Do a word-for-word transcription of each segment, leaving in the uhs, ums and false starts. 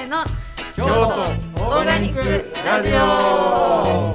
の京都オーガニックラジオ。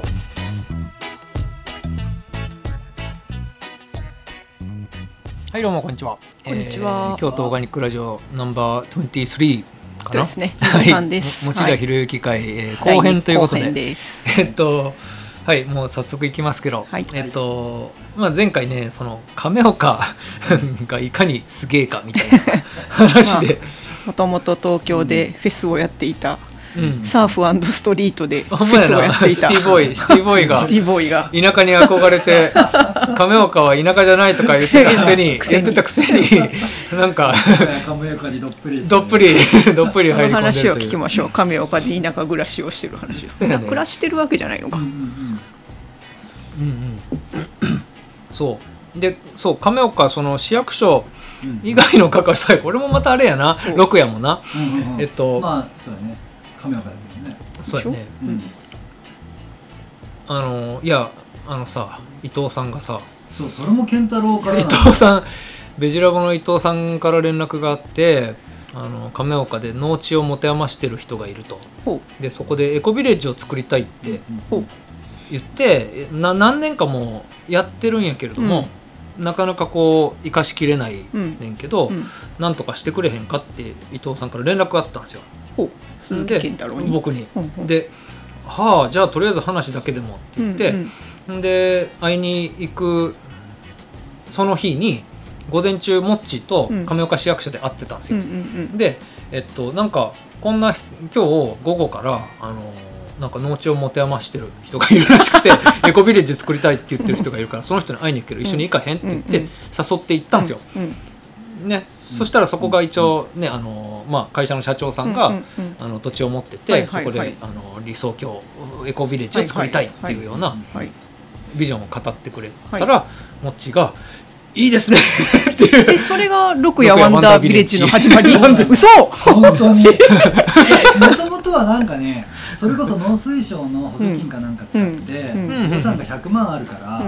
はい、どうもこんにちは。 こんにちは、 えー、京都オーガニックラジオナンバーにじゅうさんかな。 そうですね。皆さんです。 持田博之会、えー、後編ということで、 です。 えっとはいもう早速いきますけど、 はい、 えっとまあ前回ねその亀岡がいかにすげえかみたいな話で、 もともと東京でフェスをやっていた。 うん、 サーフ&ストリートでフェスをやっていたシティボーイシティボーイがシティボーイが田舎に憧れて亀岡は田舎じゃないとか言ってたくせに言ってたくせになんか亀岡にどっぷりどっぷりどっぷり入り込んでるという。 その話を聞きましょう。亀岡で田舎暮らしをしてる話です、ね、暮らしてるわけじゃないのか。うんうん、 うんうん、そうでそう亀岡その市役所以外の係さえこれもまたあれやな、六夜もな、 うんうんうん、 えっとまあそうやね亀岡だけどね。 そうやね、 うん、 あのいやあのさ伊藤さんがさそうそれも健太郎から伊藤さんベジラボの伊藤さんから連絡があってあの亀岡で農地を持て余してる人がいると。でそこでエコビレッジを作りたいって言ってな何年かもやってるんやけれども、うん、なかなかこう生かしきれないねんけど、うんうん、なんとかしてくれへんかって伊藤さんから連絡があったんですよ。 鈴木健太郎に僕に、うんうん、ではあじゃあとりあえず話だけでもって言って、うんうん、で会いに行くその日に午前中モッチーと亀岡市役所で会ってたんですよ、うんうんうん、でえっとなんかこんな今日午後からあのなんか農地を持て余してる人がいるらしくてエコビレッジ作りたいって言ってる人がいるからその人に会いに行くけど一緒に行かへんって言って誘って行ったんですよ、うんうんね、そしたらそこが一応、ねあのまあ、会社の社長さんが、うんうんうん、あの土地を持ってて、はいはいはい、そこであの理想郷エコビレッジを作りたいっていうようなビジョンを語ってくれたら、はい、もっちがいいですねっていうえそれが六夜ワンダービレッジの始まりなんです嘘本当にもともとはなんかねそれこそ農水省の補助金かなんか使って、うん、予算がひゃくまんあるから、うん、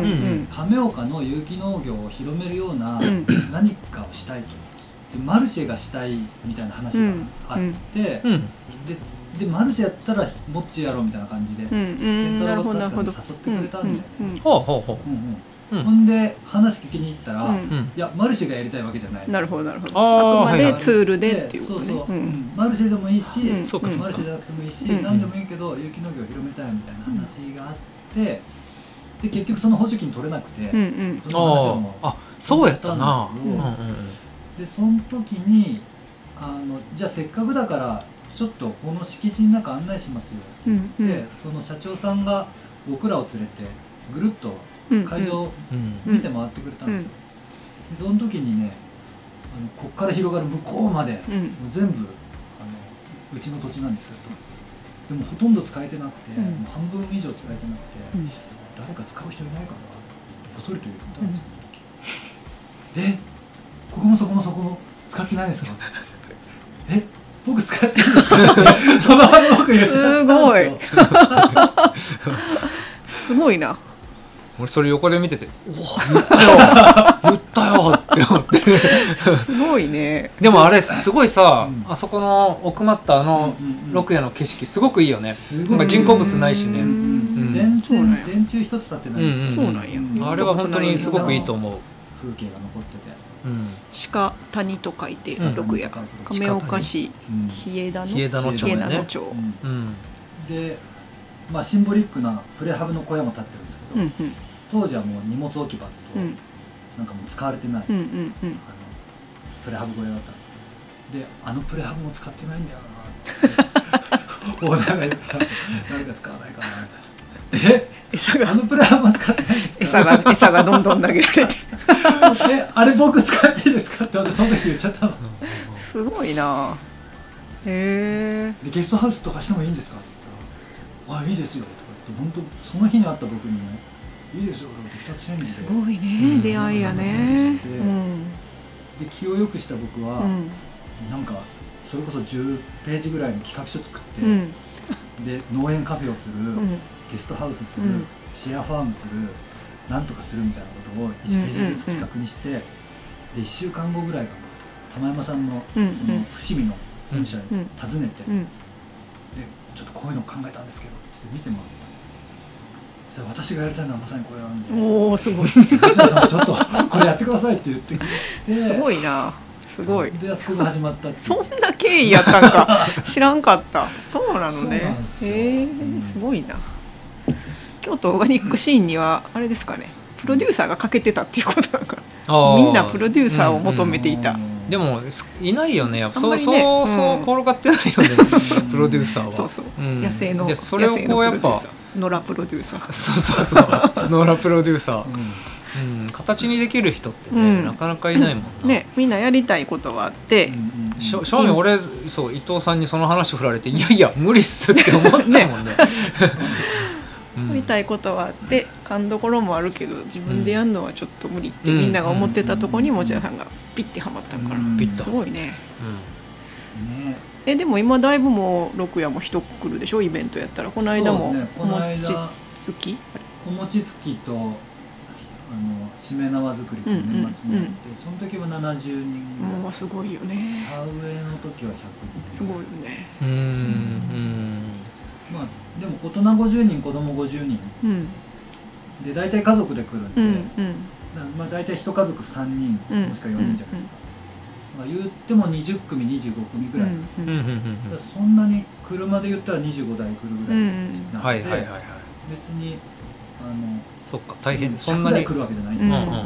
亀岡の有機農業を広めるような何かをしたいとでマルシェがしたいみたいな話があって、うん、で, でマルシェやったらもっちやろうみたいな感じで健太郎が確かに誘ってくれたんだよね。ほうほうほううん、ほんで話聞きに行ったら、うん、いやマルシェがやりたいわけじゃない。 なるほどなるほど。あくまでツールでっていうことね。 そうそう、うん、マルシェでもいいし、うん、マルシェじゃなくてもいいし、うん、何でもいいけど有機農業を広めたいみたいな話があって、で結局その補助金取れなくて、うんうん、その話をもうあそうやったな。うんうん、 でその時にあのじゃあせっかくだからちょっとこの敷地の中案内しますよって言って、うんうん、その社長さんが僕らを連れてぐるっと会場を見て回ってくれたんですよ、うん、でその時にねあのこっから広がる向こうまで、うん、もう全部あのうちの土地なんですよと。でもほとんど使えてなくて、うん、もう半分以上使えてなくて、うん、誰か使う人いないかなってぼそりと言ったんですよ、うん、でここもそこもそこも使ってないですかえ僕使ってるんですかってその場で僕言っちゃったんですよすごいな。 俺それ横で見てて「お言ったよ言ったよ」って思ってすごいね。 でもあれすごいさ、うん、あそこの奥まったあの六夜の景色すごくいいよね。なんか人工物ないしね。 電線電柱一つ立ってないんですよ。 そうなんや。 あれは本当にすごくいいと思う。 風景が残ってて、 うん、鹿谷と書いて六夜、亀岡市日枝の日枝の町ね。 で、まあシンボリックなプレハブの小屋も建ってるんですけど、うんうん、当時はもう荷物置き場と、うん、なんかもう使われてない、うんうんうん、あのプレハブ小屋だったで、あのプレハブも使ってないんだよなってオーナーが言ったんですよ。誰か使わないかなみたいな。え餌があのプレハブも使ってないんですか。 餌が餌がどんどん投げられてえあれ僕使っていいですかってその時言っちゃったの。 すごいな。へえ。 でゲストハウスとかしてもいいんですかって言ったら「あいいですよ」とか言って本当その日に会った僕にね「いいですよ」ってふたつ返事ですごいね、うん、出会いやね、うん、 で気をよくした僕は、うん、なんかそれこそじゅうページぐらいの企画書作って、うん、で農園カフェをする、うん、ゲストハウスする、うん、シェアファームするなんとかするみたいなことをいちページずつ企画にして、うんうんうん、でいっしゅうかんごぐらいかな玉山さんのその伏見の本社に訪ねて、うんうん、 ちょっとこういうの考えたんですけどって見てもらったそれ私がやりたいのはまさにこれなんでおおすごい吉田さんもちょっとこれやってくださいって言ってくれてすごいなすごいであそこが始まったっていうそんな経緯やったんか知らんかったそうなのそうねなんですよへえうんすごいな京都オーガニックシーンにはあれですかねプロデューサーが欠けてたっていうことだからあーみんなプロデューサーを求めていた、 うんでもいないよねやっぱそうあんまりねそうそううん転がってないよねプロデューサーはそうそう、 ん野生のでそれをこうやっぱ野生のプロデューサー野良プロデューサーそうそうそうノーラプロデューサー、 うんうん、形にできる人ってね、 うんなかなかいないもんな、 ねみんなやりたいことはあって、 うんうんしょ正味俺そう伊藤さんにその話振られていやいや無理っすって思ったもんねうんやりたいことはあって勘どころもあるけど自分でやるのはちょっと無理ってうんみんなが思ってたとこに持屋さんがピッてはまったんから、 うんピッとすごいねねえでも今だいぶもう六夜も人来るでしょイベントやったらこの間もそうですねこの間餅つきお餅つきとあのしめ縄作りと年末にやって、 うんうんうんその時はななじゅうにんぐらいもうすごいよね田植えの時はひゃくにんすごいよねうんうんまあでも大人ごじゅうにん子供ごじゅうにんうんで大体家族で来るんで、 うんうんだまあ大体一家族さんにん、 うんもしくはよにんじゃないですか、まあ、言ってもにじゅっくみにじゅうごくみぐらいなんですよ、 うんうんうんうんうんだからそんなに車で言ったらにじゅうごだい来るぐらいなんで、 はいはいはいはい別にあのそっか大変、 うんそんなにひゃくだい来るわけじゃないんで、 うんうんうんうん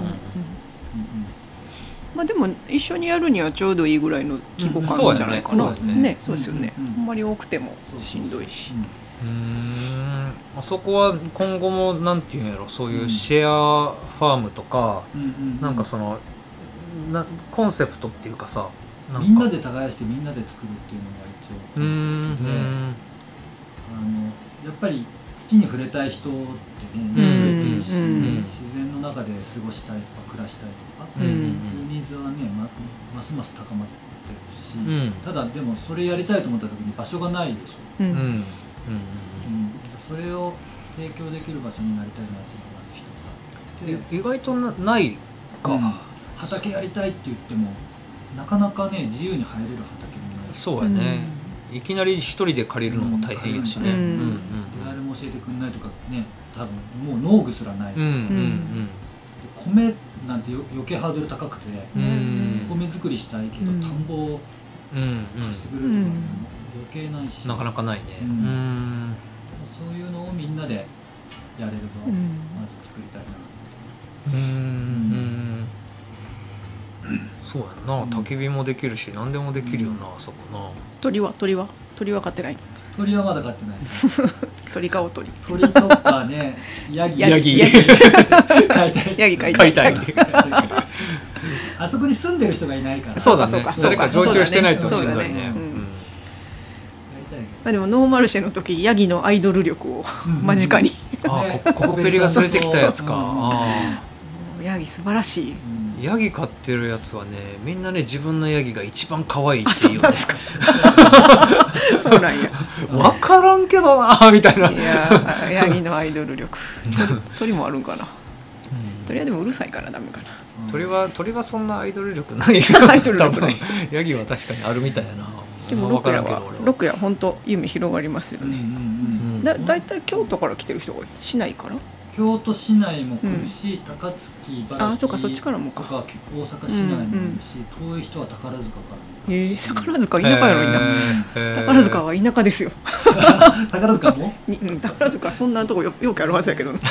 まあでも一緒にやるにはちょうどいいぐらいの規模感じゃないかな、 うんそうやねねそうですよね、 うんうんあんまり多くてもそうそうしんどいしうーんあそこは今後もなんていうんやろそういうシェアファームとか、 うんうんうんなんかそのなコンセプトっていうかさなんかみんなで耕してみんなで作るっていうのが一応うーんコンセプトで、あのやっぱり土に触れたい人ってね、 うん増えてるし、 うん自然の中で過ごしたいとか暮らしたいとか、 うんうんいうニーズはね、ま、ますます高まってるし、 うんただでもそれやりたいと思った時に場所がないでしょ、 ううんんうんうんうん、それを提供できる場所になりたいなっていうのがまず一つあって、 い意外となないか、 うん畑やりたいって言ってもなかなかね自由に入れる畑もないし、 そうやね、いきなり一人で借りるのも大変やしね、 うんうん誰も教えてくんないとかね、多分もう農具すらない、 うんうんうん米なんてよ余計ハードル高くて、 うんうんお米作りしたいけど、 うん田んぼをうん貸してくれるとか、ね余計ないし、 なかなかないねううんんそういうのをみんなでやれれば、 うんまず作りたいな。 うんうんそうやんな、 うん焚き火もできるし何でもできるよな、あそこな鳥は鳥は鳥は飼ってない鳥はまだ飼ってないですね。 鳥飼おう鳥鳥とかね、ヤギ、 ヤギヤギ飼いたい。 ヤギ飼いたい買いたいあそこに住んでる人がいないから。 そうだねそうか誰か常駐してないとしそうんだどいねねうんやりたいけまあでもノーマルシェの時ヤギのアイドル力をうん間近にあねこココペリが連れてきたやつか、 そうそうあヤギ素晴らしいど。うんーヤギ飼ってるやつはねみんなね自分のヤギが一番可愛いっあていうねそうなんですかそうなんや分からんけどなみたいな、 いやヤギのアイドル力鳥鳥もあるんかな鳥はでもうるさいからダメかな鳥は鳥はそんなアイドル力ないよアイドル力ない多分ヤギは確かにあるみたいやなでもあんま分からんけど六夜は俺は六夜本当夢広がりますようんうんね、 うん。 だだいたい京都から来てる人が多い市内から京都市内も来るし、高槻、茨城あそうかそっちからもかとか大阪市内もいるし、遠い人は宝塚からへえ宝塚田舎やろみんな、 へー宝塚は田舎ですよ宝塚もにうん宝塚はそんなとこよよくあるはずやけどな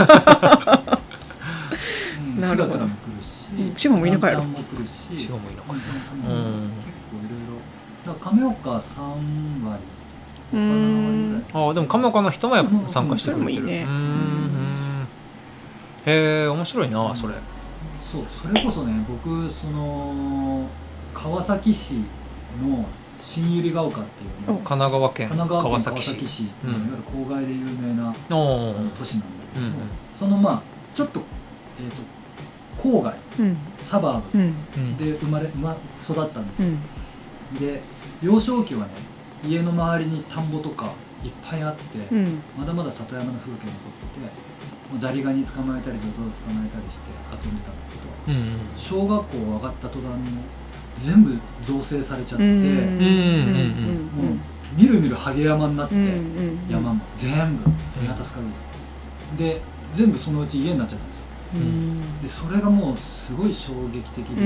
うんなるほど滋賀からも来るし、 うん滋賀も田舎やろ南丹も来るし、 滋賀もいいのかうんうんうん結構いろいろ。だから亀岡さん割、 うーんあーでも亀岡の人もやっぱ参加してくれてるうんそれもいいねうーんへえ面白いなそれそう、それこそね、僕その川崎市の新百合ヶ丘っていうおね、 神奈川県神奈川県川川崎市崎市、 うんいわゆる郊外で有名なおー都市なんだけども、 うんうんそのまあちょっと、えー、と郊外うんサバーブうんうんで生まれ、ま、育ったんですよ、 うんで幼少期はね家の周りに田んぼとかいっぱいあって、 うんまだまだ里山の風景残ってて、もうザリガニ捕まえたりゾウ捕まえたりして遊んでたんだけど、 うん小学校上がった途端に全部造成されちゃって、 うんうんうんうんもうみるみるハゲ山になって、 うんうんうん、 山も全部見渡す限りで全部そのうち家になっちゃったんですよ、 うん、 でそれがもうすごい衝撃的で、 うん、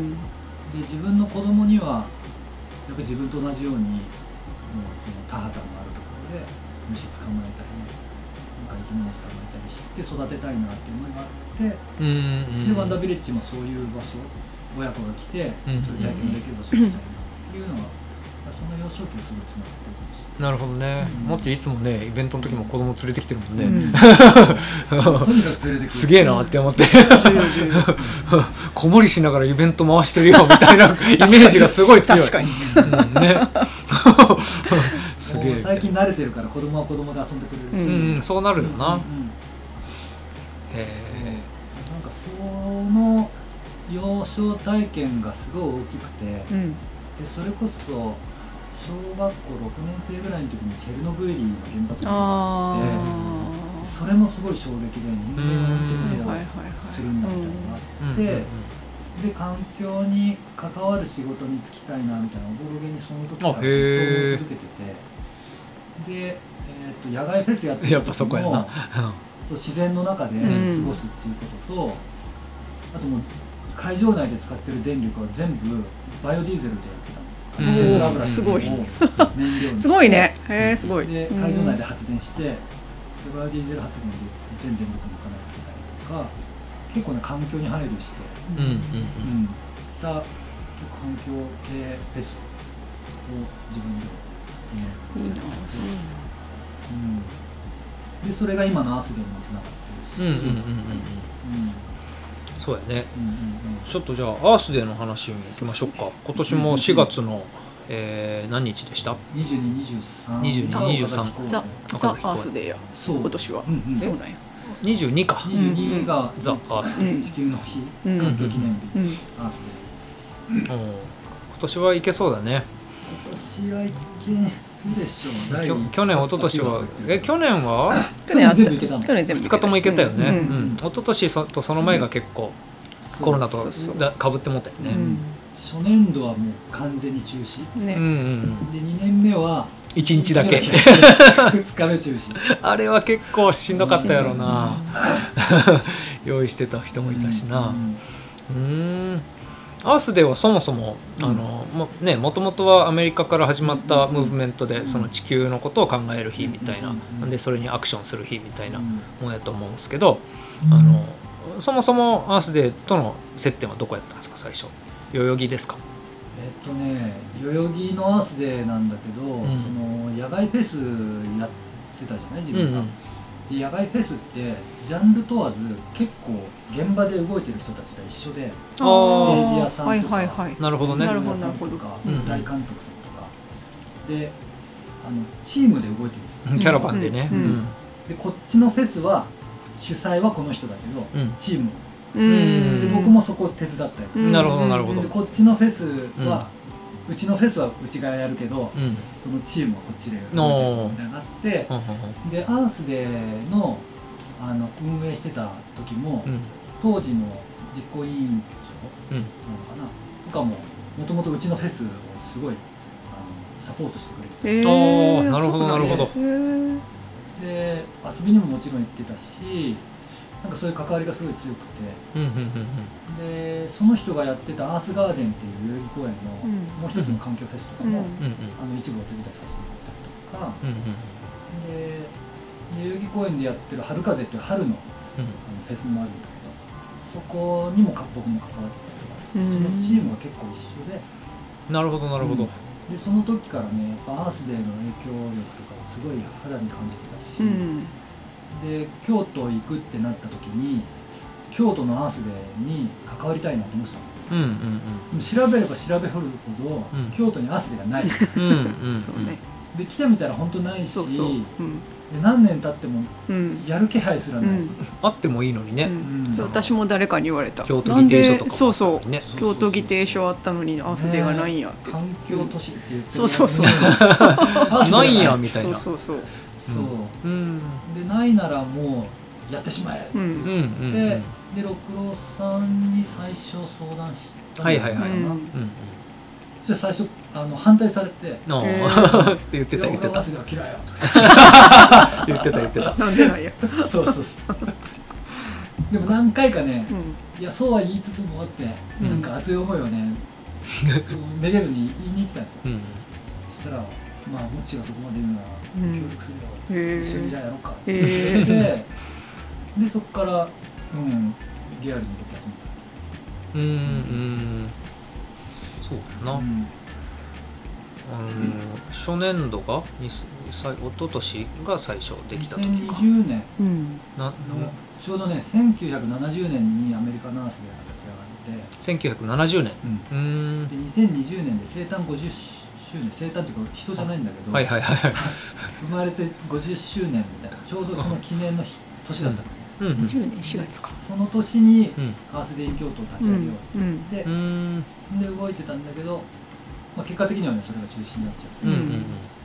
で自分の子供にはやっぱり自分と同じようにもうその田畑のあるところで虫捕まえたりなんか生き物捕まえたりして育てたいなっていう思いがあって、 うん、 でワンダービレッジもそういう場所親子が来てそれ体験できる場所にしたいなっていうのがその幼少期をすごいつながってるかもしれない。 なるほどね、 うん、 もっちいつもねイベントの時も子供連れてきてるもんね、 うん、とにかく連れてくるすげえなって思って子守りしながらイベント回してるよみたいなイメージがすごい強い。 確かに、 うんね、すげえ最近慣れてるから子供は子供で遊んでくれるし、 うんうん、そうなるよな、 うんうん、へえなんかその幼少体験がすごい大きくて、うん、でそれこそ小学校ろくねん生ぐらいの時にチェルノブイリの原発事故があってそれもすごい衝撃で人間がなんてことをするんだみたいなのがあって、で環境に関わる仕事に就きたいなみたいなおぼろげにその時からずっと思い続けてて、で、えー、と野外フェスやってる時もやっぱそこやなそう自然の中で過ごすっていうことと、うん、あともう会場内で使ってる電力は全部バイオディーゼルでやってたの。 うん、すごいすごいね、へーすごい。 で会場内で発電して、でバイオディーゼル発電で全電力もかなってたりとか結構ね環境に配慮して、 うんうんうん、 た環境系フェスを自分で、ね、いいな、うん、でそれが今のアースデーにもつながってるし、うんうんうんうんうん、 そうやね、 うんうんうん、 ちょっとじゃあアースデーの話に行きましょうか。今年もしがつの、えー、何日でした？ にじゅうに、にじゅうさん、 にじゅうに、にじゅうさんザ・ザ・アースデーや今年は、うんうん、そうなんやにじゅうにかにじゅうにがザ・アースデー、 地球の日、環境記念日、うんうん、アースデー、うん、 今年はいけそうだね。 今年はいけるでしょう。 去年一昨年はえ去年は去年全部いけたの。 去年全部ふつかともいけたよね、うんうんうん、一昨年そとその前が結構、うん、コロナとかぶってもったよね、うん、 初年度はもう完全に中止、 ね、うんうん、 でにねんめはいちにちだけふつかめ中止あれは結構しんどかったやろな用意してた人もいたしな。うん、うーんアースデーはそもそも、うん、あのもねもともとはアメリカから始まったムーブメントで、うん、その地球のことを考える日みたいな、うん、でそれにアクションする日みたいなものやと思うんですけど、うん、あのそもそもアースデーとの接点はどこやったんですか最初？代々木ですか？ えっとね代々木のアースデーなんだけど、うん、その野外フェスやってたじゃない自分が、うんうん、で野外フェスってジャンル問わず結構現場で動いてる人たちが一緒でステージ屋さんとか、はいはいはい、 なるほどね、 なるほどなるほどか、うん、大監督さんとかであのチームで動いてるんですよ、 キャラバンでね、うんうん、 でこっちのフェスは主催はこの人だけど、うん、チームうんで僕もそこを手伝ったりとか、 なるほどなるほど、 でこっちのフェスは、うん、うちのフェスはうちがやるけど、うん、このチームはこっちでやるみたいなのがあって、うん、でアースデーのあの運営してた時も、うん、当時の実行委員長なのかな、うん、とかももともとうちのフェスをすごいあのサポートしてくれてた、 えー、なるほどなるほど、 で遊びにももちろん行ってたしなんかそういう関わりがすごい強くて、うんうんうんうん、でその人がやってたアースガーデンっていう代々木公園のもう一つの環境フェスとかも、うんうん、あの一部お手伝いさせてもらったりとか、うんうん、で代々木公園でやってる春風っていう春 の,、うん、あのフェスもあるんだけどそこにも僕も関わってたりとか、うん、そのチームが結構一緒で、 なるほどなるほど、うん、でその時からねやっぱアースデーの影響力とかをすごい肌に感じてたし、うんで京都行くってなった時に京都のアースデーに関わりたいなと思ってたの、うんうんうん、調べれば調べほるほど、うん、京都にアースデーがないうんうん、うん、そうね、で来てみたら本当ないしそうそう、うん、で何年経ってもやる気配すらない、うん、 あってもいいのにね、 うんうん、そう私も誰かに言われた京都議定書とかもあったのにね、 そうそう京都議定書あったのにアースデーがないんやって、 ね、環境都市って言って、 そうそうそうそうないんやみたいなそうそうそうそう、うん、でないならもうやってしまえって言って、うんうんうん、で六郎さんに最初相談したのかな、はいはいはい、うん、 じゃあ最初あの反対されてあへあって言ってたいや言ってた俺は早稲田は嫌いやと言ってた言ってたなんでなんや。 そうそうそうでも何回かね、 うんいやそうは言いつつもって、 うんなんか熱い思いをねめげずに言いに行ってたんですよ、 うんそしたらまあもっちがそこまで言うならうん協力するよ、 へー一緒にじゃあやろうかってへ言ってーでそこからうんリアルに動き始めた。 うんうんそうだな、 うんあの初年度がにさい一昨年が最初できた時かにせんにじゅうねんうんなのちょうどねせんきゅうひゃくななじゅうねんにアメリカナースで立ち上がって、 せんきゅうひゃくななじゅうねんうんうーんでにせんにじゅうねんで生誕ごじゅっしゅうねん、生誕っていうか人じゃないんだけど、 はいはいはいはい生まれてごじゅっしゅうねんみたいなちょうどその記念の日年だったの、 うんうんにじゅうねんしがつか。 その年にうんアースデイン京都をう立ち上げよんうんうで,、 うーんで動いてたんだけど、まあ、結果的にはねそれが中止になっちゃって、 うんうんうんそう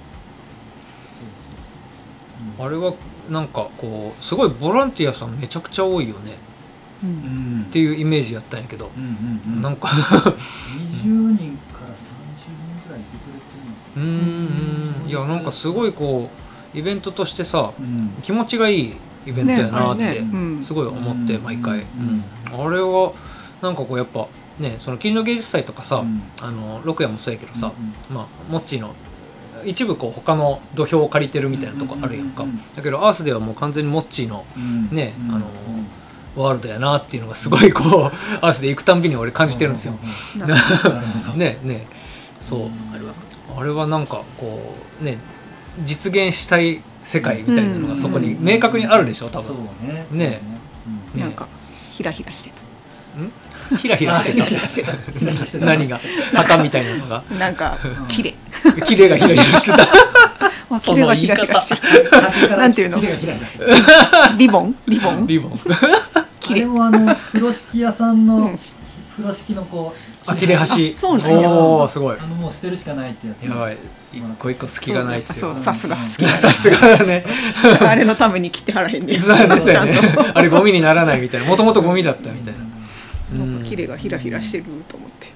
そうそう、 あれはなんかこうすごいボランティアさんめちゃくちゃ多いよねううんんっていうイメージやったんやけど、 うんうんうんなんかにじゅうにんからさんじゅうにんぐらいいてくれてるのかうーんいやなんかすごいこうイベントとしてさうん気持ちがいいイベントやなっねあれてねうんすごい思ってうん毎回、 ううんんあれはなんかこうやっぱねその金の芸術祭とかさ、 うんあの六夜もそうやけどさ、 うんまあモッチーの一部こう他の土俵を借りてるみたいなとこあるやんか、 うんうんうんだけどアースではもう完全にモッチーのうんねうんあのワールドやなっていうのがすごいこうアースで行くたんびに俺感じてるんですよ。 うなんかんなるほどねねそう、 うんあるわあれはなんかこうね実現したい世界みたいなのがそこに明確にあるでしょ多そう分。 ねねうんねなんかヒラヒラしてんヒラヒラしてあヒラヒラしてたヒラヒラしてた。 た何が墓みたいなのがた。なんかうん綺麗。 綺麗がヒラヒラしてた。 あそ綺麗がヒの言い方ラヒラしてる。 滝からなんていうのキレが開いたリボンリボン。 リボン。 あれもあの風呂敷屋さんのうん風呂敷のこうあ切れ端。 あそうなんやおおすごいあ。のもう捨てるしかないってやつやばい一個一個隙がないっすよ。 そうさすが好きいやさすがだね。 あれのために切ってはらへんねん。 そうやねそうやねちゃんと。 あれゴミにならないみたいな。もともとゴミだったみたいな。 なんか綺麗がヒラヒラしてると思って。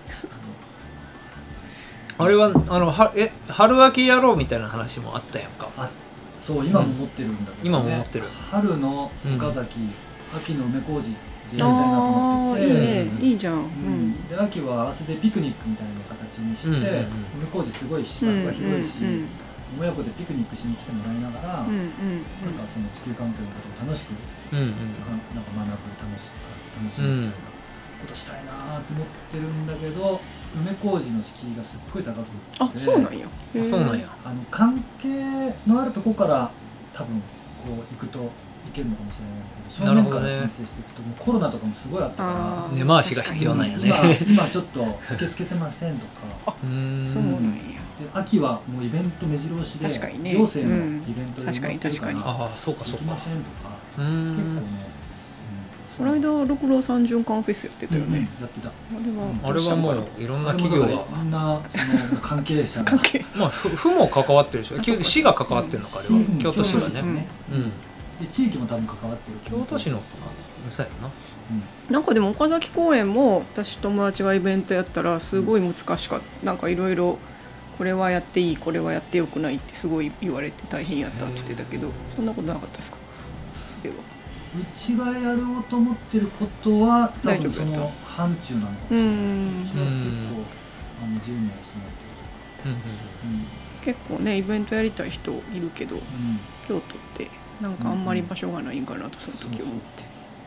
あれはあのはえ春秋やろうみたいな話もあったやんか。 あそう今も持ってるんだけど、ね今も持ってる春の岡崎、秋の梅小路でやりたいなとあ思っててあいいねいいじゃん。ううんん。 で秋はアースでピクニックみたいな形にして、 うんうんうん梅小路すごい芝生が広いし、 うん親子でピクニックしに来てもらいながら、 うんうんなんかその地球環境のことを楽しくうんうんかなんか学ぶ楽し楽しむみたいなことしたいなと思ってるんだけど、梅小路の敷居がすっごい高くってあそうなんや。へーうん。そうなんや。 あの関係のあるとこから多分こう行くといけるのかもしれないけど正面から申請していくともうコロナとかもすごいあったあーか根回しが必要なんやね。 ら今今ちょっと受け付けてませんとかうーんそうなんや。 で秋はもうイベント目白押しで確かにね行政のイベントで確かに確かにああそうかそうか行きま。せんとかうー結構ね、 ん。 この間六郎三循環フェスやってたようんうんね。 やってたあれはあれはもういろんな企業があれもだからみんなその関係者が関係。 まあふ府も関わってるでしょ。 あそうか市が関わってるのかあれはうん京都市がね。 京都ねうん。 で地域も多分関わってる京都市のあそうやな。 うんなんかでも岡崎公園も私友達がイベントやったらすごい難しかった。なんかいろいろこれはやっていいこれはやってよくないってすごい言われて大変やったって言ってたけど、そんなことなかったですか？それは。 うちがやろうと思ってることは多分そ大丈夫やったの範疇なのかもしれない。ううんちは結構あの自由にやらせてもらってうんうんる。 結構ねイベントやりたい人いるけどうんうん京都ってなんかあんまり場所がないんかなとその時思って。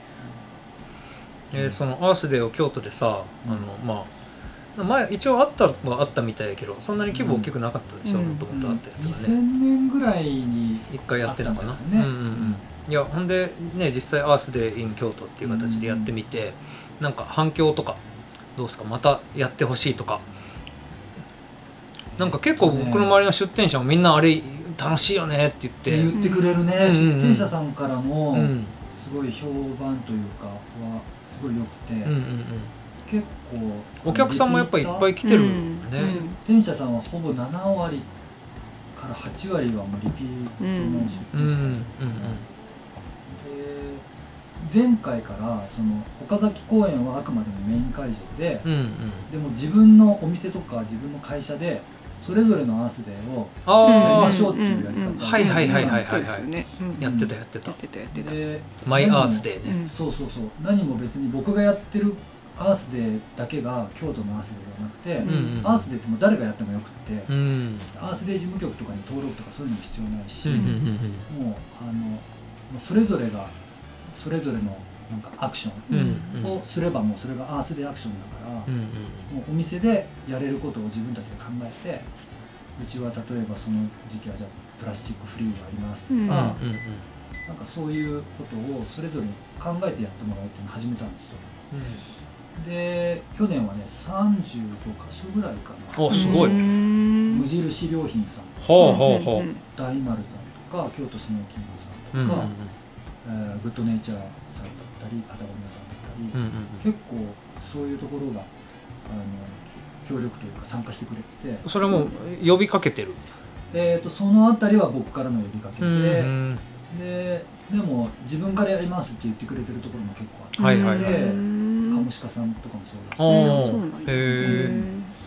えーそのアースデーを京都でさあのまあ前一応あったはあったみたいやけどそんなに規模大きくなかったでしょうんもともとあったやつがね。 にせんねんぐらいに一回やってたかなあったんだよねうんうんうんいやほんでね実際アースデー in 京都っていう形でやってみて、なんか反響とかどうですかまたやってほしいとかなんか結構僕の周りの出店者もみんなあれ楽しいよねって言っってて言ってくれるね、 うんうんうん出店者さんからもうんすごい評判というかはすごい良くて、 うんうんうん結構お客さんもやっぱりいっぱい来てるうんね、 出店者さんはほぼなな割からはち割はもうリピートの出うんうん店者さんうんで前回からその岡崎公園はあくまでもメイン会場で、 うんうん、 でも自分のお店とか自分の会社でそれぞれのアースデーをやりましょうっていうやり方、 はいはいはいはいはいそうですよね、うん、 やってたやってたやってたやってたでマイアースデーね、 うん、そうそうそう何も別に僕がやってるアースデーだけが京都のアースデーではなくて、 うんうん、 アースデーってもう誰がやってもよくって、 うん、 アースデー事務局とかに登録とかそういうのも必要ないし、 うんうんうんうん、もうあのもうそれぞれがそれぞれのなんかアクションをすればもうそれがアースデーアクションだから、うんうん、もうお店でやれることを自分たちで考えて、うちは例えばその時期はじゃあプラスチックフリーがありますとか、うんうんうん、なんかそういうことをそれぞれ考えてやってもらうっていうのを始めたんですよ、うん、で去年はねさんじゅうごかしょぐらいかな。 おすごい。 無印良品さんとか、 ほうほうほう、 大丸さんとか京都シノーキングさんとか、うんうんうん、えー、グッドネイチャーさんだったりパタゴニアさんだったり、うんうんうん、結構そういうところがあの協力というか参加してくれて、 それはもう呼びかけてる、 えーとそのあたりは僕からの呼びかけで、うんうん、ででも自分からやりますって言ってくれてるところも結構あって、はいはいはい、カモシカさんとかもそうだし、 そうなんや、 へー、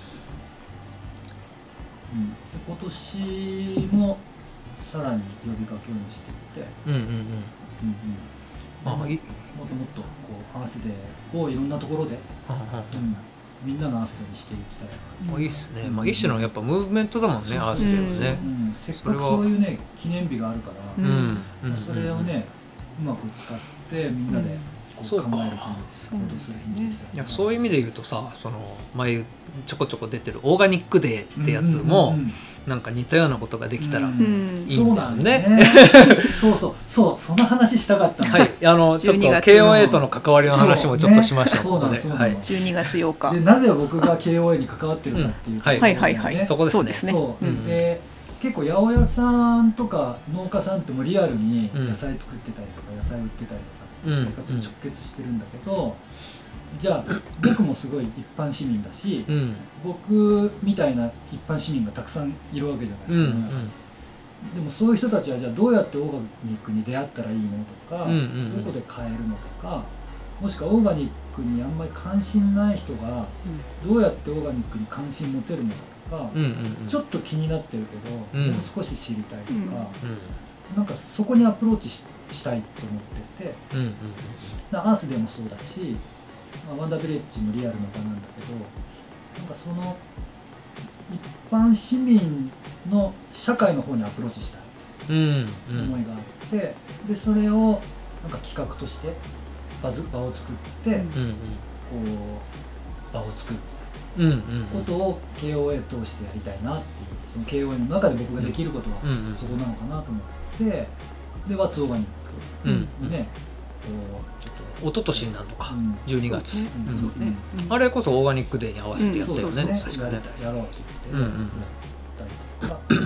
うん、で今年もさらに呼びかけをしていて、うんうんうんうんうん、あもっともっとこうアースデーをいろんなところで、うん、みんなのアースデーにしていきたい。 もういいっすね、まあ、一種のやっぱムーブメントだもんね、アースデーはね、 うん、せっかくそういうね記念日があるから、うんうん、それをねうまく使ってみんなでこう考える感じですね。 いやそういう意味で言うとさ、その前ちょこちょこ出てるオーガニックデーってやつも、うんうんうん、なんか似たようなことができたらいいんだよね。 そうそうそう、その話したかったの。 はい、あのちょっと ケーオーエー との関わりの話もちょっとしましょう。 そうなんです。 じゅうにがつようか。 でなぜ僕が ケーオーエー に関わってるかっていうと、 はいはいはいはい、そこですね。 そうで結構八百屋さんとか農家さんってもリアルに野菜作ってたりとか野菜売ってたりとか生活に直結してるんだけど。じゃあ僕もすごい一般市民だし、うん、僕みたいな一般市民がたくさんいるわけじゃないですか、ね、うんうん、でもそういう人たちはじゃあどうやってオーガニックに出会ったらいいのとか、うんうんうん、どこで買えるのとか、もしくはオーガニックにあんまり関心ない人がどうやってオーガニックに関心持てるのかとか、うんうんうん、ちょっと気になってるけど、うん、もう少し知りたいとか、うんうん、なんかそこにアプローチ し, したいと思ってて、うんうんうん、アースでもそうだし、まあ、ワンダービレッジもリアルな場なんだけど、なんかその一般市民の社会の方にアプローチしたい思いがあって、うんうん、でそれをなんか企画として場, 場を作って、うんうん、こう場を作るみたいなことを ケーオーエー 通してやりたいなっていう、その ケーオーエー の中で僕ができることはそこなのかなと思って、で What's Organic をね、こう一昨年になるのか、じゅうにがつ、あれこそオーガニックデーに合わせてやったよね、確かね。 やろうって言ってやったりとか、そういう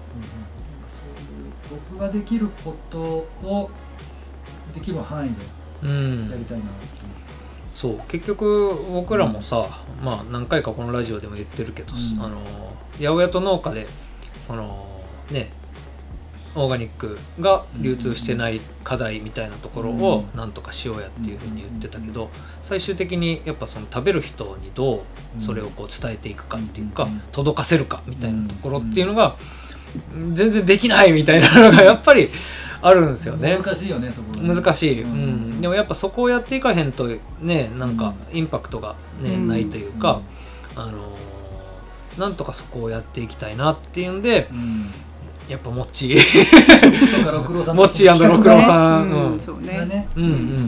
僕ができることをできる範囲でやりたいなと思って。 そう結局僕らもさ、まあ何回かこのラジオでも言ってるけど、あの八百屋と農家でそのねオーガニックが流通してない課題みたいなところをなんとかしようやっていうふうに言ってたけど、最終的にやっぱその食べる人にどうそれをこう伝えていくかっていうか、届かせるかみたいなところっていうのが全然できないみたいなのがやっぱりあるんですよね。 難しいよね、そこが。難しい、うん、でもやっぱそこをやっていかへんとね、なんかインパクトがねないというか、あのなんとかそこをやっていきたいなっていうんで、やっぱもっちもっち&六郎さん、うん、そうね、うんうん、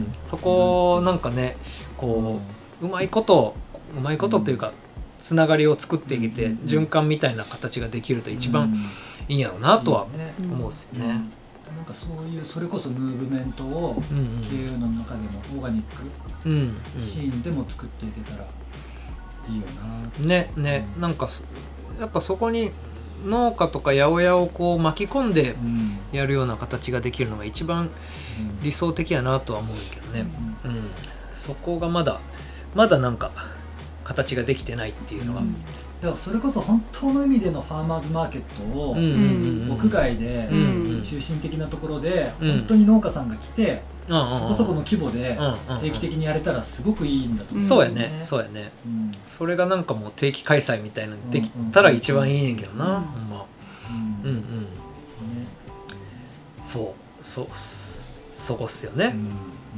そこをなんかねこううまいことうまいことというかつながりを作っていって循環みたいな形ができると一番いいんやろうなとは思うんですよね。 なんかそういうそれこそムーブメントを経営の中でもオーガニックシーンでも作っていけたらいいよな。 ねね、なんかやっぱそこに農家とか八百屋をこう巻き込んでやるような形ができるのが一番理想的やなとは思うけどね、うんうん、そこがまだまだなんか形ができてないっていうのがだからそれこそ本当の意味でのファーマーズマーケットを屋外で中心的なところで本当に農家さんが来てそこそこの規模で定期的にやれたらすごごくいいんだと思う。 そうやねそうやね、うん、それがなんかもう定期開催みたいなのできたら一番いいねんけどな、ほんま。うんうん、ね、そうそうそこっすよね。うんうん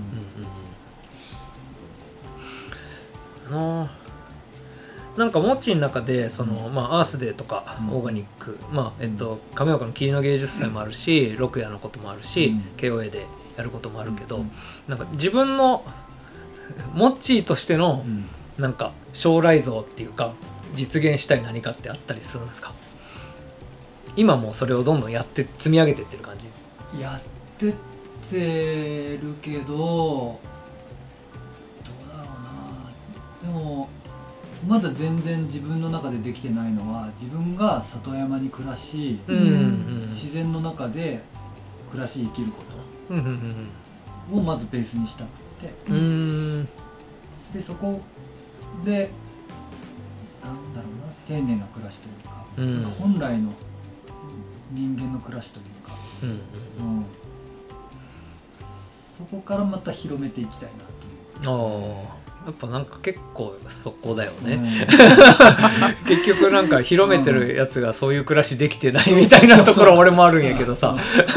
うん、あなんかモッチーの中でその、まあ、アースデーとかオーガニック、うんまあえっと、亀岡の霧の芸術祭もあるし、うん、ロクヤのこともあるし、うん、ケーオーエー でやることもあるけど、うん、なんか自分のモッチーとしての、うん、なんか将来像っていうか実現したい何かってあったりするんですか？今もうそれをどんどんやって積み上げてってる感じ？ やってってるけどどうだろうな。でもまだ全然自分の中でできてないのは自分が里山に暮らし、うんうんうん、自然の中で暮らし生きることをまずベースにしたくて、うんうん、でそこでなんだろうな丁寧な暮らしというか、うん、なんか本来の人間の暮らしというか、うんうんうん、そこからまた広めていきたいなと思う。 やっぱなんか結構そこだよね、うん、結局なんか広めてるやつがそういう暮らしできてないみたいなところ俺もあるんやけどさ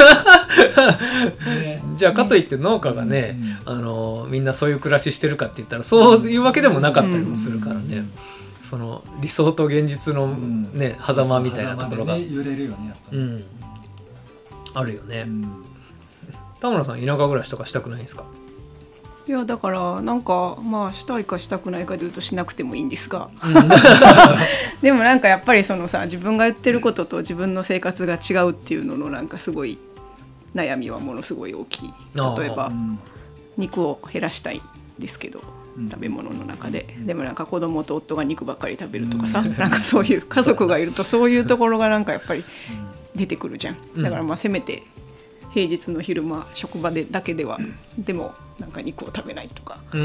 じゃあかといって農家がね、うん、あのみんなそういう暮らししてるかって言ったらそういうわけでもなかったりもするからね、うん、その理想と現実のね、うん、狭間みたいなところが、 ね、揺れるよねやっぱり、うん、 あるよね、うん、田村さん田舎暮らしとかしたくないですか？ いやだからなんかまあしたいかしたくないかでいうとしなくてもいいんですがでもなんかやっぱりそのさ自分が言ってることと自分の生活が違うっていうののなんかすごい悩みはものすごい大きい。例えば肉を減らしたいんですけど食べ物の中ででもなんか子供と夫が肉ばっかり食べるとかさなんかそういう家族がいるとそういうところがなんかやっぱり出てくるじゃん。だからまあせめて平日の昼間職場でだけではでもなんか肉を食べないとか、うん、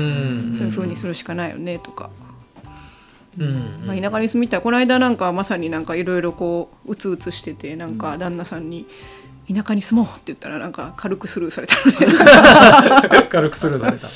そういう風にするしかないよねとか、うんまあ、田舎に住みたい。この間なんかまさになんかいろいろこううつうつしててなんか旦那さんに田舎に住もうって言ったらなんか軽くスルーされた軽くスルーされた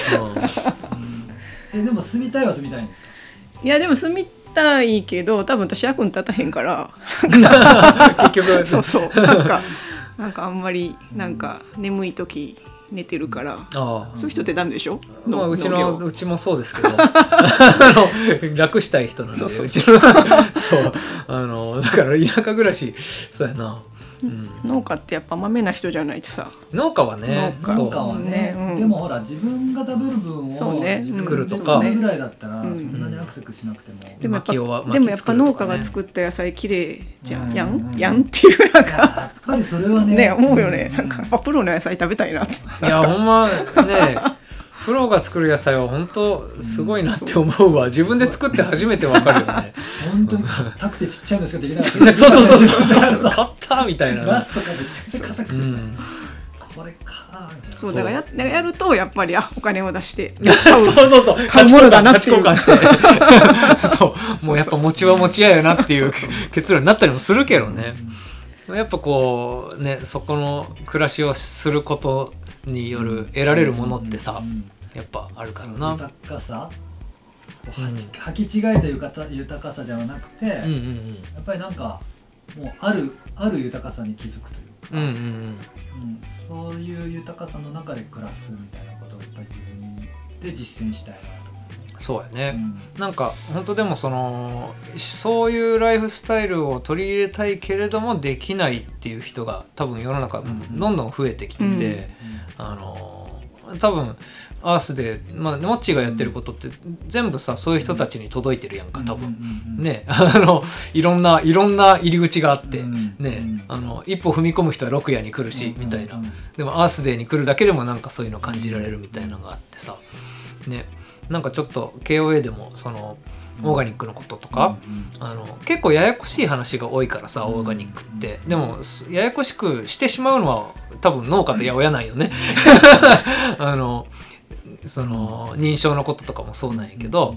えでも住みたいは住みたいんですか？ いやでも住みたいけど多分私役に立たへんから結局そうそうなんかなんかあんまりなんか眠い時寝てるからあそういう人ってダメでしょ、 まあ、うちのうちもそうですけどあの楽したい人なんでそうそうそううちのそうあのだから田舎暮らしそうやな、 うん、農家ってやっぱまめな人じゃないとさ農家はね農家はね、うん、でもほら自分が食べる分をそう、ね、作るとかそれぐらいだったらそんなにアクセスしなくても、うん、 でもやっぱ、でもやっぱ農家が作った野菜きれいじゃん、うん、やんやんっていうなんかやっぱりそれはねね思うよね、うん、なんかやっぱプロの野菜食べたいなっていやほんまねプロが作る野菜は本当すごいなって思うわ、うん、自分で作って初めて分かるよね本当に硬くてちっちゃいのしかできないそうそうそうそう買ったみたいなガスとかめちゃくちゃ硬くてさ、うん、これかみたいなそうだから や, や, やるとやっぱりあお金を出してそうそうそう買うものだなっていう価値交換してそうもうやっぱ餅は餅屋やなっていう結論になったりもするけどね、うん、やっぱこうねそこの暮らしをすることによる得られるものってさ、うんうん、やっぱあるからな。 豊かさ、履き違えた豊かさじゃなくて、うんうんうん、やっぱりなんかもうあるある豊かさに気づくというか、うんうんうんうん、そういう豊かさの中で暮らすみたいなことをやっぱり自分で実践したいなと思う。 そうやね、うん、なんか本当でもそのそういうライフスタイルを取り入れたいけれどもできないっていう人が多分世の中どんどん増えてきてて、うんうん、あの多分アースで、まあ、モッチーがやってることって全部さそういう人たちに届いてるやんか多分、うんうん、ねあのいろんないろんな入り口があって、うん、ねあの一歩踏み込む人はロクヤに来るし、うん、みたいなでもアースデーに来るだけでもなんかそういうの感じられるみたいなのがあってさねなんかちょっと ケーオーエー でもそのオーガニックのこととか、うん、あの結構ややこしい話が多いからさオーガニックってでもややこしくしてしまうのは多分農家と八百屋なんよねあのその認証のこととかもそうなんやけど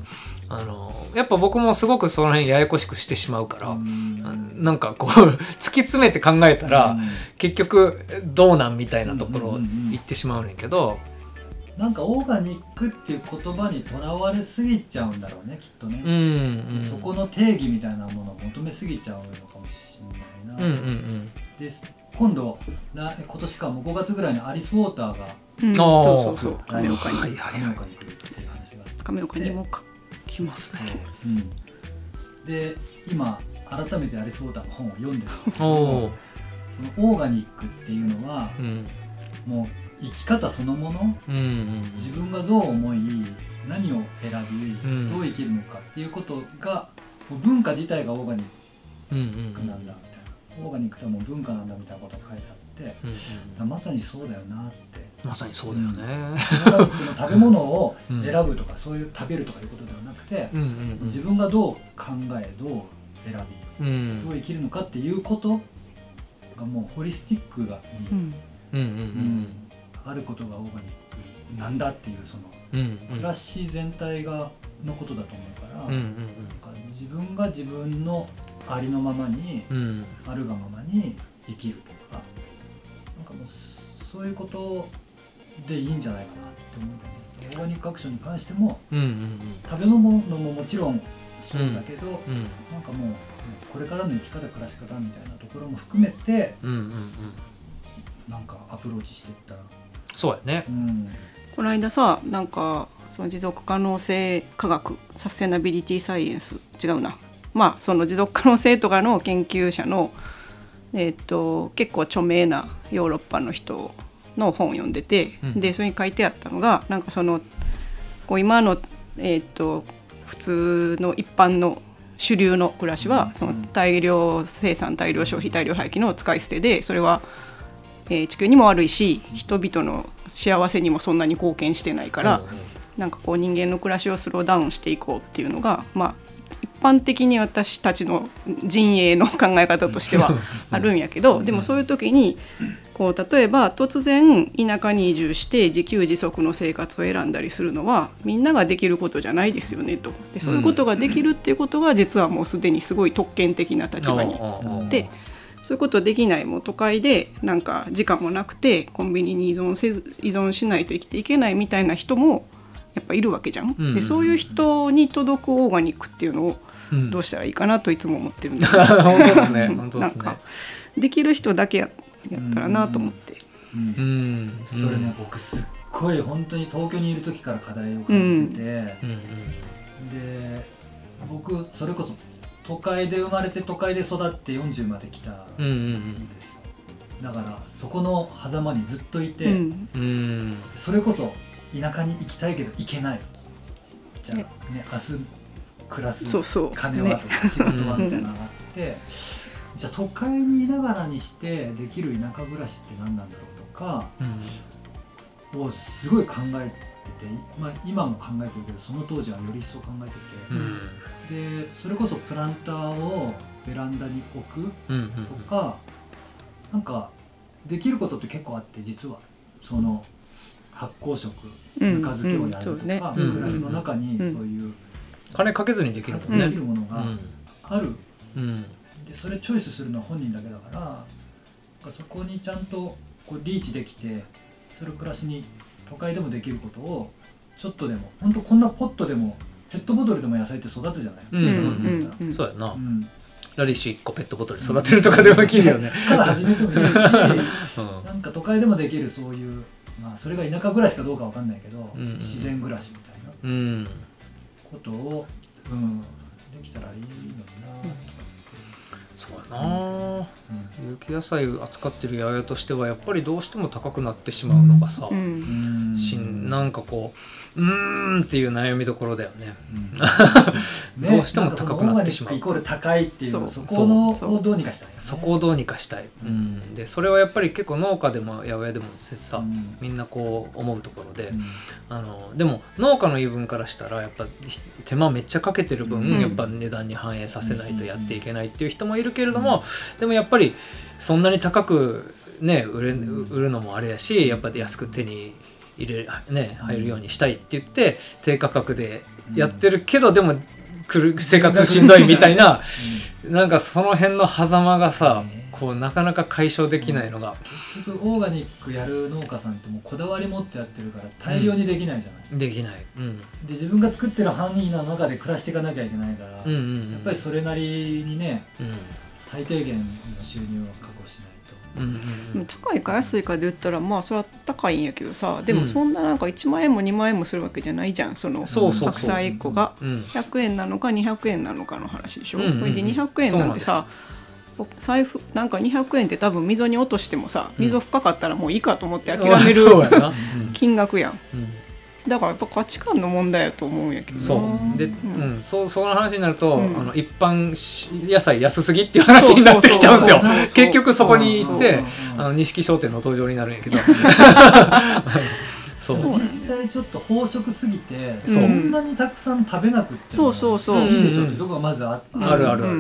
あのやっぱ僕もすごくその辺ややこしくしてしまうから、うん、なんかこう突き詰めて考えたら、うん、結局どうなんみたいなところを言ってしまうねんけど、 なんかオーガニックっていう言葉にとらわれすぎちゃうんだろうねきっとね、 うんうん、 そこの定義みたいなものを求めすぎちゃうのかもしれないな、 うんうんうん、 で今度今年かもうごがつぐらいにアリス・ウォーターが、 うん、そうそうそう亀岡に、 はいはいはい、亀岡に来るっていう話があって亀岡にも来ますね、 うん、で今改めてアリス・ウォーターの本を読んでるんですけど、 おそのオーガニックっていうのは、うん、もう生き方そのもの、うんうん、自分がどう思い何を選び、うん、どう生きるのかっていうことがもう文化自体がオーガニックなんだみたいな、うんうんうん、オーガニックとはもう文化なんだみたいなことが書いてあって、うんうん、まさにそうだよなって、 まさにそうだよね、うん、 オーガニックの食べ物を選ぶとか、うん、そういう食べるとかいうことではなくて、うんうんうん、自分がどう考えどう選び、うん、どう生きるのかっていうことがもうホリスティックがに、うんうんうんうんあることがオーガニックなんだっていうその、うんうん、暮らし全体がのことだと思うから、うんうんうん、なんか自分が自分のありのままに、うん、あるがままに生きるとか、なんかもうそういうことでいいんじゃないかなって思うんだよね。オーガニックアクションに関しても、うんうんうん、食べ物ももちろんそうだけど、うんうん、なんかもうこれからの生き方暮らし方みたいなところも含めて、うんうんうん、なんかアプローチしていったらそうやね、うん、 この間さなんかその持続可能性科学サステナビリティサイエンス違うなまあその持続可能性とかの研究者の、えー、と結構著名なヨーロッパの人の本を読んでて、うん、でそれに書いてあったのがなんかそのこう今の、えー、と普通の一般の主流の暮らしはその大量生産大量消費大量廃棄の使い捨てでそれはえー、地球にも悪いし人々の幸せにもそんなに貢献してないから、うんうん、なんかこう人間の暮らしをスローダウンしていこうっていうのが、まあ、一般的に私たちの陣営の考え方としてはあるんやけどでもそういう時にこう例えば突然田舎に移住して自給自足の生活を選んだりするのはみんなができることじゃないですよねとでそういうことができるっていうことは実はもうすでにすごい特権的な立場にあってそういうことできないもう都会でなんか時間もなくてコンビニに依存せず依存しないと生きていけないみたいな人もやっぱいるわけじゃん、うんうんうん、でそういう人に届くオーガニックっていうのをどうしたらいいかなといつも思ってるんです、 うん、本当ですね本当ですねなんかできる人だけ や, やったらなと思って、 うんうんうん、それね僕すっごい本当に東京にいる時から課題を感じてて、うんうんうん、で僕それこそ都会で生まれて都会で育ってよんじゅうまで来たんですよ、うんうんうん、だからそこの狭間にずっといて、うんうん、それこそ田舎に行きたいけど行けないじゃあ、ねね、明日暮らす金はとか仕事はみたいなのがあって、ね、じゃあ都会にいながらにしてできる田舎暮らしって何なんだろうとか、うん、をすごい考えてて、まあ、今も考えてるけどその当時はより一層考えてて、うんでそれこそプランターをベランダに置くとか、うんうんうん、なんかできることって結構あって実はその発酵食、ぬか漬けをやるとか、うんうんね、暮らしの中にそういう、うん、 金かけずにできるもんね、 できるものがある、うん、でそれチョイスするのは本人だけだからそこにちゃんとこうリーチできてそれを暮らしに都会でもできることをちょっとでも本当こんなポットでもペットボトルでも野菜って育つじゃない、うんうんうん、そうやな、うん、ラディッシュいっこペットボトル育てるとかでもできるよねから始めてもいいし、うん、なんか都会でもできるそういう、まあ、それが田舎暮らしかどうかわかんないけど、うんうん、自然暮らしみたいなことを、うん、できたらいいのになとか、 そうやな、うん、有機野菜扱ってる八百屋としてはやっぱりどうしても高くなってしまうのがさ、うん、しなんかこううーんっていう悩みどころだよね、うん、どうしても高くなってしまう、 ね、イコール高いっていう、そこのをどうにかしたい、ね、 そこをどうにかしたい、うん、でそれはやっぱり結構農家でも八百屋でもさ、うん、みんなこう思うところで、うん、あのでも農家の言い分からしたらやっぱ手間めっちゃかけてる分、うん、やっぱ値段に反映させないとやっていけないっていう人もいるけれども、うん、でもやっぱりそんなに高くね売れ、売るのもあれやしやっぱり安く手に入れ、ね、入るようにしたいって言って低価格でやってるけど、うん、でも来る生活しんどいみたいな、うん、なんかその辺の狭間がさ、ね、こうなかなか解消できないのが、 うん、結局オーガニックやる農家さんってもうこだわり持ってやってるから大量にできないじゃない、 うん、できない、うん、で自分が作ってる範囲の中で暮らしていかなきゃいけないから、うんうんうん、やっぱりそれなりにね、うん、最低限の収入を確保しないと、うんうんうん、高いか安いかで言ったらまあそれは高いんやけどさ、でもそんななんかいちまんえんもにまんえんもするわけじゃないじゃん、その白菜いっこがひゃくえんなのかにひゃくえんなのかの話でしょ、うんうんうん、それでにひゃくえんなんてさ、財布なんかにひゃくえんって多分溝に落としてもさ、溝深かったらもういいかと思って諦める、うん、金額やん、うん、だからやっぱ価値観の問題やと思うんやけど、 そうで、うんうん、そうその話になると、うん、あの一般野菜安すぎっていう話になってきちゃうんですよ。結局そこに行ってあの錦商店の登場になるんやけどそう実際ちょっと飽食すぎて、うん、そんなにたくさん食べなくってもいいでしょってとこがまずあって、 うん、あるあるある、うん、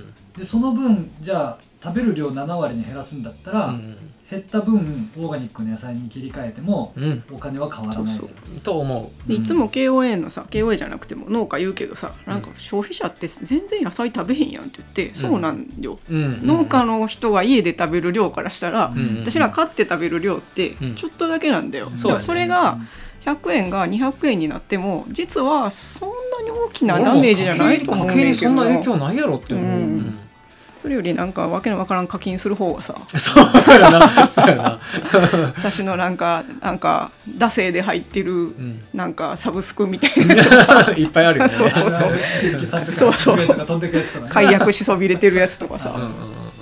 でその分じゃあ食べる量ななわりに減らすんだったら、うん、減った分オーガニックの野菜に切り替えても、うん、お金は変わらないそうそうと思う、 でいつも ケーオーエー のさ ケーオーエー じゃなくても農家言うけどさ、なんか消費者って全然野菜食べへんやんって言って、うん、そうなんよ、うん、農家の人が家で食べる量からしたら、うん、私ら買って食べる量ってちょっとだけなんだよ、うん、だからそれがひゃくえんがにひゃくえんになっても実はそんなに大きなダメージじゃないと思うんだけど、 家計にそんな影響ないやろって思う、うん、 それよりなんかわけのわからん課金する方がさそうやなそうやな私のなんかなんか惰性で入ってるなんかサブスクみたいなやつさいっぱいあるよねそうそうそうそうそう解約しそびれてるやつとかさ、うんうんうん、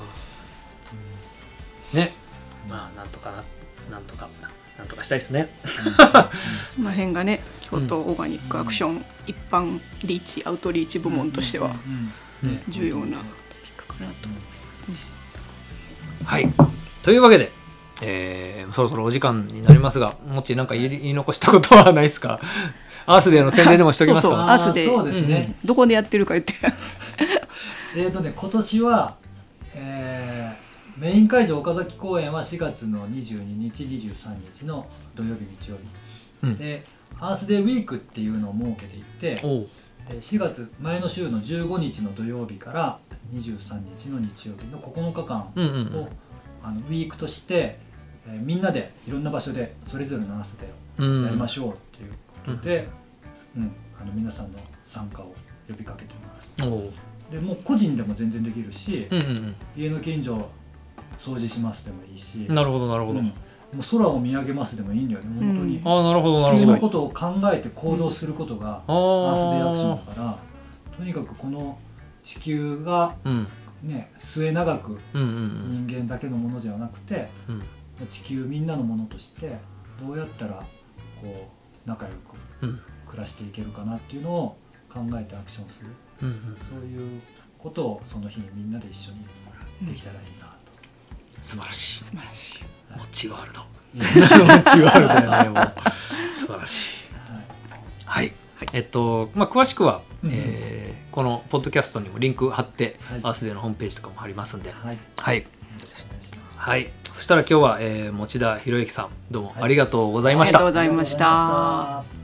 ね、まあなんとかななんとかなんとかしたいですねその辺がね京都オーガニックアクション、うん、一般リーチアウトリーチ部門としては重要ななと思いますね。 はい、というわけで、えー、そろそろお時間になりますが、もっちなんか言い、言い残したことはないですか？アースデーの宣伝でもしときますか？ そうそうアースデー、そうですね、うん、どこでやってるか言ってえっとね今年は、えー、メイン会場岡崎公演はしがつのにじゅうににちにじゅうさんにちの土曜日日曜日、うん、でアースデーウィークっていうのを設けていて、しがつ前の週のじゅうごにちの土曜日からにじゅうさんにちの日曜日のここのかかんを、うんうん、あのウィークとして、えー、みんなでいろんな場所でそれぞれのアースデーをやりましょうっていうことで、うんうん、あの皆さんの参加を呼びかけています。でもう個人でも全然できるし、うんうんうん、家の近所掃除しますでもいいし、 なるほどなるほど、うん、もう空を見上げますでもいいんだよね本当に、 うん、あなるほどなるほど、 地球のことを考えて行動することがアースデーアクションだから、とにかくこの地球が、ね、末永く人間だけのものではなくて、うん、地球みんなのものとしてどうやったらこう仲良く暮らしていけるかなっていうのを考えてアクションする、うんうん、そういうことをその日にみんなで一緒にできたらいいなと、 うん、素晴らしい素晴らしい、 はい、モッチーワールドモッチーワールドやねもう素晴らしい、はい、はいえっとまあ、詳しくは、うんえー、このポッドキャストにもリンク貼って、はい、アースデーのホームページとかも貼りますんで、はいはい、はい、そしたら今日は、えー、持田博之さんどうもありがとうございました。 ありがとうございました。